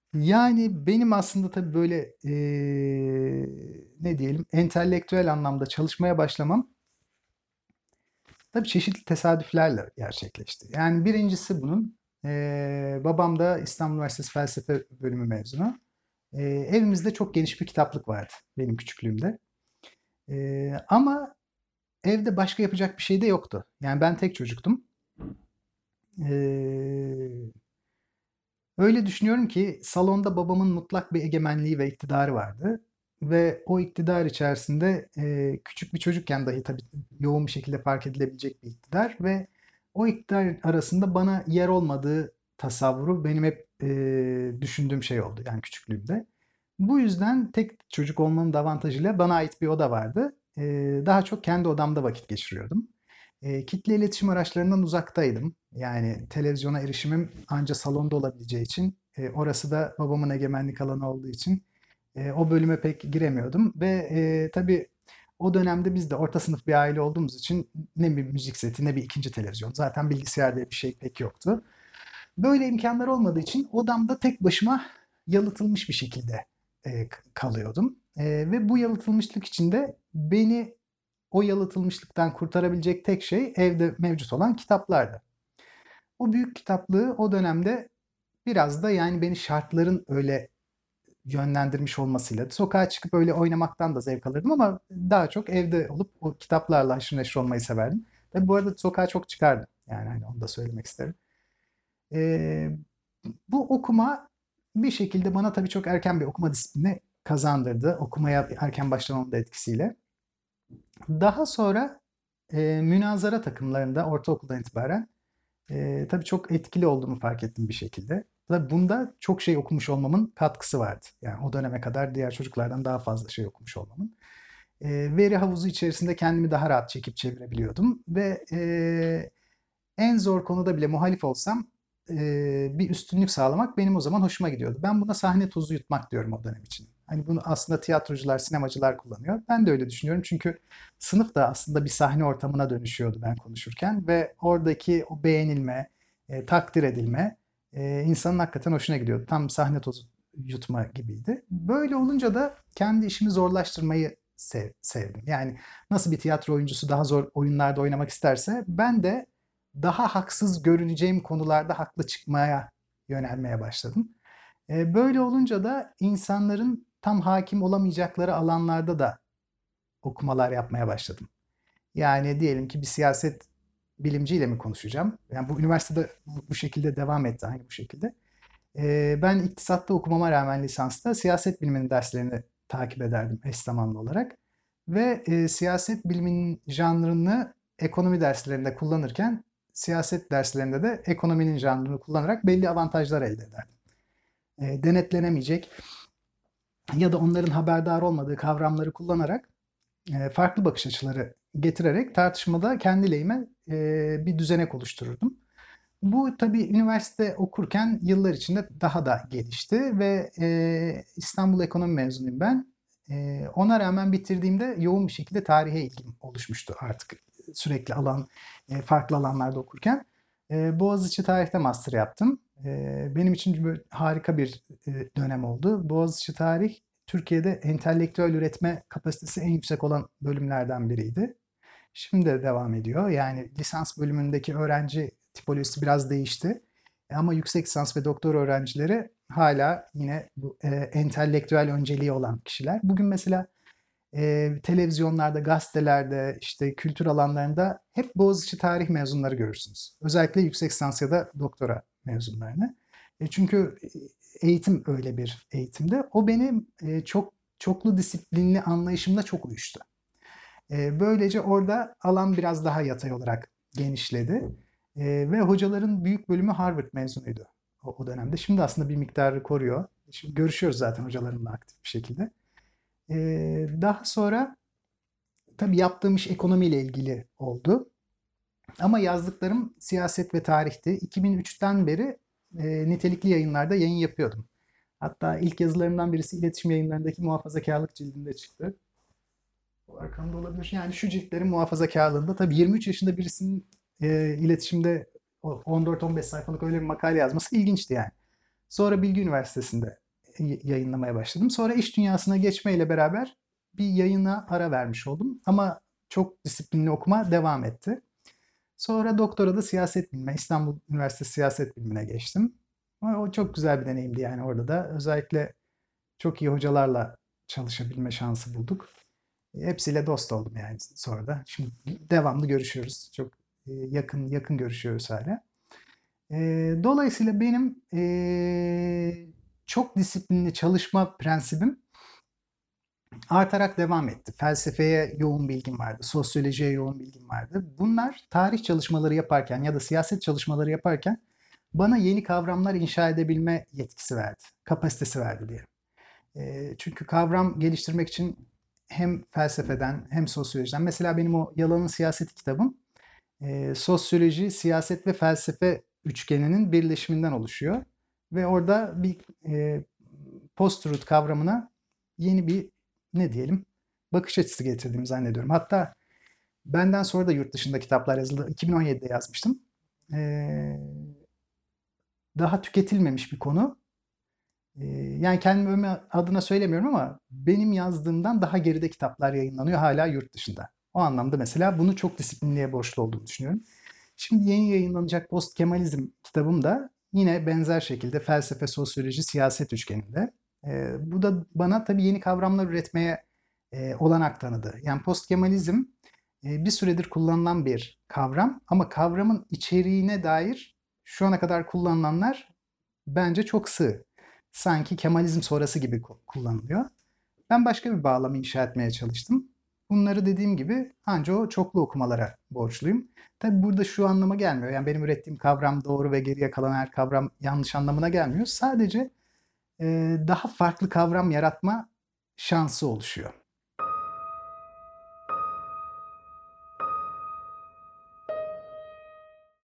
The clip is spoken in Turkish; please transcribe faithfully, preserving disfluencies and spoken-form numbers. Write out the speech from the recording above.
Yani, benim aslında tabii, böyle, eee, ne diyelim, entelektüel anlamda çalışmaya başlamam tabii çeşitli tesadüflerle gerçekleşti. Yani, birincisi bunun, eee, babam da İstanbul Üniversitesi Felsefe Bölümü mezunu. Eee, evimizde çok geniş bir kitaplık vardı benim küçüklüğümde. Eee, ama evde başka yapacak bir şey de yoktu. Yani, ben tek çocuktum. Eee, öyle düşünüyorum ki salonda babamın mutlak bir egemenliği ve iktidarı vardı ve o iktidar içerisinde, eee, küçük bir çocukken dahi tabii yoğun bir şekilde fark edilebilecek bir iktidar ve o iktidar arasında bana yer olmadığı tasavvuru benim hep, eee, düşündüğüm şey oldu, yani, küçüklüğümde. Bu yüzden tek çocuk olmanın da avantajıyla bana ait bir oda vardı. Eee, daha çok kendi odamda vakit geçiriyordum. Eee, kitle iletişim araçlarından uzaktaydım. Yani televizyona erişimim anca salonda olabileceği için, eee, orası da babamın egemenlik alanı olduğu için, eee, o bölüme pek giremiyordum ve, eee, tabii o dönemde biz de orta sınıf bir aile olduğumuz için ne bir müzik seti ne bir ikinci televizyon. Zaten bilgisayar diye bir şey pek yoktu. Böyle imkanlar olmadığı için odamda tek başıma yalıtılmış bir şekilde, eee, k kalıyordum, eee, ve bu yalıtılmışlık içinde beni o yalıtılmışlıktan kurtarabilecek tek şey evde mevcut olan kitaplardı. O büyük kitaplığı o dönemde biraz da, yani, beni şartların öyle yönlendirmiş olmasıyla, sokağa çıkıp öyle oynamaktan da zevk alırdım ama daha çok evde olup o kitaplarla haşır neşir olmayı severdim. Tabii bu arada sokağa çok çıkardım. Yani, hani, onu da söylemek isterim. Eee, bu okuma bir şekilde bana tabii çok erken bir okuma disiplini kazandırdı. Okumaya erken başlamamın da etkisiyle. Daha sonra, eee, münazara takımlarında ortaokuldan itibaren, eee, tabii çok etkili olduğumu fark ettim bir şekilde. Tabii bunda çok şey okumuş olmamın katkısı vardı. Yani o döneme kadar diğer çocuklardan daha fazla şey okumuş olmamın. Eee, veri havuzu içerisinde kendimi daha rahat çekip çevirebiliyordum ve, eee, en zor konuda bile muhalif olsam, eee, bir üstünlük sağlamak benim o zaman hoşuma gidiyordu. Ben buna sahne tozu yutmak diyorum o dönem için. Hani bunu aslında tiyatrocular, sinemacılar kullanıyor. Ben de öyle düşünüyorum çünkü sınıf da aslında bir sahne ortamına dönüşüyordu ben konuşurken ve oradaki o beğenilme, eee, takdir edilme, eee, insanın hakikaten hoşuna gidiyordu. Tam sahne tozu yutma gibiydi. Böyle olunca da kendi işimi zorlaştırmayı sev sevdim. Yani nasıl bir tiyatro oyuncusu daha zor oyunlarda oynamak isterse ben de daha haksız görüneceğim konularda haklı çıkmaya yönelmeye başladım. Eee, böyle olunca da insanların tam hakim olamayacakları alanlarda da okumalar yapmaya başladım. Yani diyelim ki bir siyaset bilimciyle mi konuşacağım? Yani bu üniversitede bu, bu şekilde devam etti, aynı bu şekilde. Eee, ben iktisatta okumama rağmen lisansta siyaset biliminin derslerini takip ederdim eş zamanlı olarak. Ve eee, siyaset biliminin janrını ekonomi derslerinde kullanırken siyaset derslerinde de ekonominin janrını kullanarak belli avantajlar elde ederdim. Eee, denetlenemeyecek ya da onların haberdar olmadığı kavramları kullanarak eee, farklı bakış açıları getirerek tartışmada kendi lehime eee, bir düzenek oluştururdum. Bu tabii üniversite okurken yıllar içinde daha da gelişti ve eee, İstanbul Ekonomi mezunuyum ben. Eee, ona rağmen bitirdiğimde yoğun bir şekilde tarihe ilgim oluşmuştu artık sürekli alan eee, farklı alanlarda okurken. Eee, Boğaziçi Tarih'te master yaptım. Eee, benim için böyle harika bir eee, dönem oldu. Boğaziçi Tarih Türkiye'de entelektüel üretme kapasitesi en yüksek olan bölümlerden biriydi. Şimdi de devam ediyor. Yani lisans bölümündeki öğrenci tipolojisi biraz değişti. E, Ama yüksek lisans ve doktor öğrencileri hala yine bu e, entelektüel önceliği olan kişiler. Bugün mesela e, televizyonlarda, gazetelerde, işte kültür alanlarında hep Boğaziçi tarih mezunları görürsünüz. Özellikle yüksek lisans ya da doktora mezunlarını. E, çünkü eğitim öyle bir eğitimde. O benim e, çok çoklu disiplinli anlayışımla çok uyuştu. E, böylece orada alan biraz daha yatay olarak genişledi. E, ve hocaların büyük bölümü Harvard mezunuydu o, o dönemde. Şimdi aslında bir miktarı koruyor. Şimdi görüşüyoruz zaten hocalarımla aktif bir şekilde. E, daha sonra tabii yaptığım iş ekonomiyle ilgili oldu. Ama yazdıklarım siyaset ve tarihti. iki bin üçten beri e, nitelikli yayınlarda yayın yapıyordum. Hatta ilk yazılarımdan birisi iletişim yayınlarındaki muhafazakarlık cildinde çıktı. O arkamda olabilir. Yani şu ciltlerin muhafazakarlığında tabii yirmi üç yaşında birisinin e, iletişimde on dört on beş sayfalık öyle bir makale yazması ilginçti yani. Sonra Bilgi Üniversitesi'nde y- yayınlamaya başladım. Sonra iş dünyasına geçmeyle beraber bir yayına ara vermiş oldum. Ama çok disiplinli okuma devam etti. Sonra doktora da siyaset bilimi, İstanbul Üniversitesi siyaset bilimine geçtim. O o çok güzel bir deneyimdi yani orada da. Özellikle çok iyi hocalarla çalışabilme şansı bulduk. Hepsiyle dost oldum yani sonra da. Şimdi devamlı görüşüyoruz. Çok e, yakın yakın görüşüyoruz hala. E, Dolayısıyla benim e, çok disiplinli çalışma prensibim artarak devam etti. Felsefeye yoğun bilgim vardı, sosyolojiye yoğun bilgim vardı. Bunlar tarih çalışmaları yaparken ya da siyaset çalışmaları yaparken bana yeni kavramlar inşa edebilme yetkisi verdi, kapasitesi verdi diye. E, çünkü kavram geliştirmek için hem felsefeden hem sosyolojiden, mesela benim o Yalanın Siyaseti kitabım, e, sosyoloji, siyaset ve felsefe üçgeninin birleşiminden oluşuyor. Ve orada bir e, post-truth kavramına yeni bir, ne diyelim, bakış açısı getirdiğimi zannediyorum. Hatta benden sonra da yurt dışında kitaplar yazıldı. iki bin on yedide yazmıştım. E, Daha tüketilmemiş bir konu. E, Yani kendimi övme adına söylemiyorum ama benim yazdığımdan daha geride kitaplar yayınlanıyor hala yurt dışında. O anlamda mesela bunu çok disiplinliğe borçlu olduğumu düşünüyorum. Şimdi yeni yayınlanacak Post Kemalizm kitabım da yine benzer şekilde felsefe, sosyoloji, siyaset üçgeninde. Ee, bu da bana tabii yeni kavramlar üretmeye e, olanak tanıdı. Yani Post Kemalizm e, bir süredir kullanılan bir kavram ama kavramın içeriğine dair şu ana kadar kullanılanlar bence çok sığ. Sanki Kemalizm sonrası gibi kullanılıyor. Ben başka bir bağlam inşa etmeye çalıştım. Bunları dediğim gibi anca o çoklu okumalara borçluyum. Tabi burada şu anlama gelmiyor. Yani benim ürettiğim kavram doğru ve geriye kalan her kavram yanlış anlamına gelmiyor. Sadece e, daha farklı kavram yaratma şansı oluşuyor.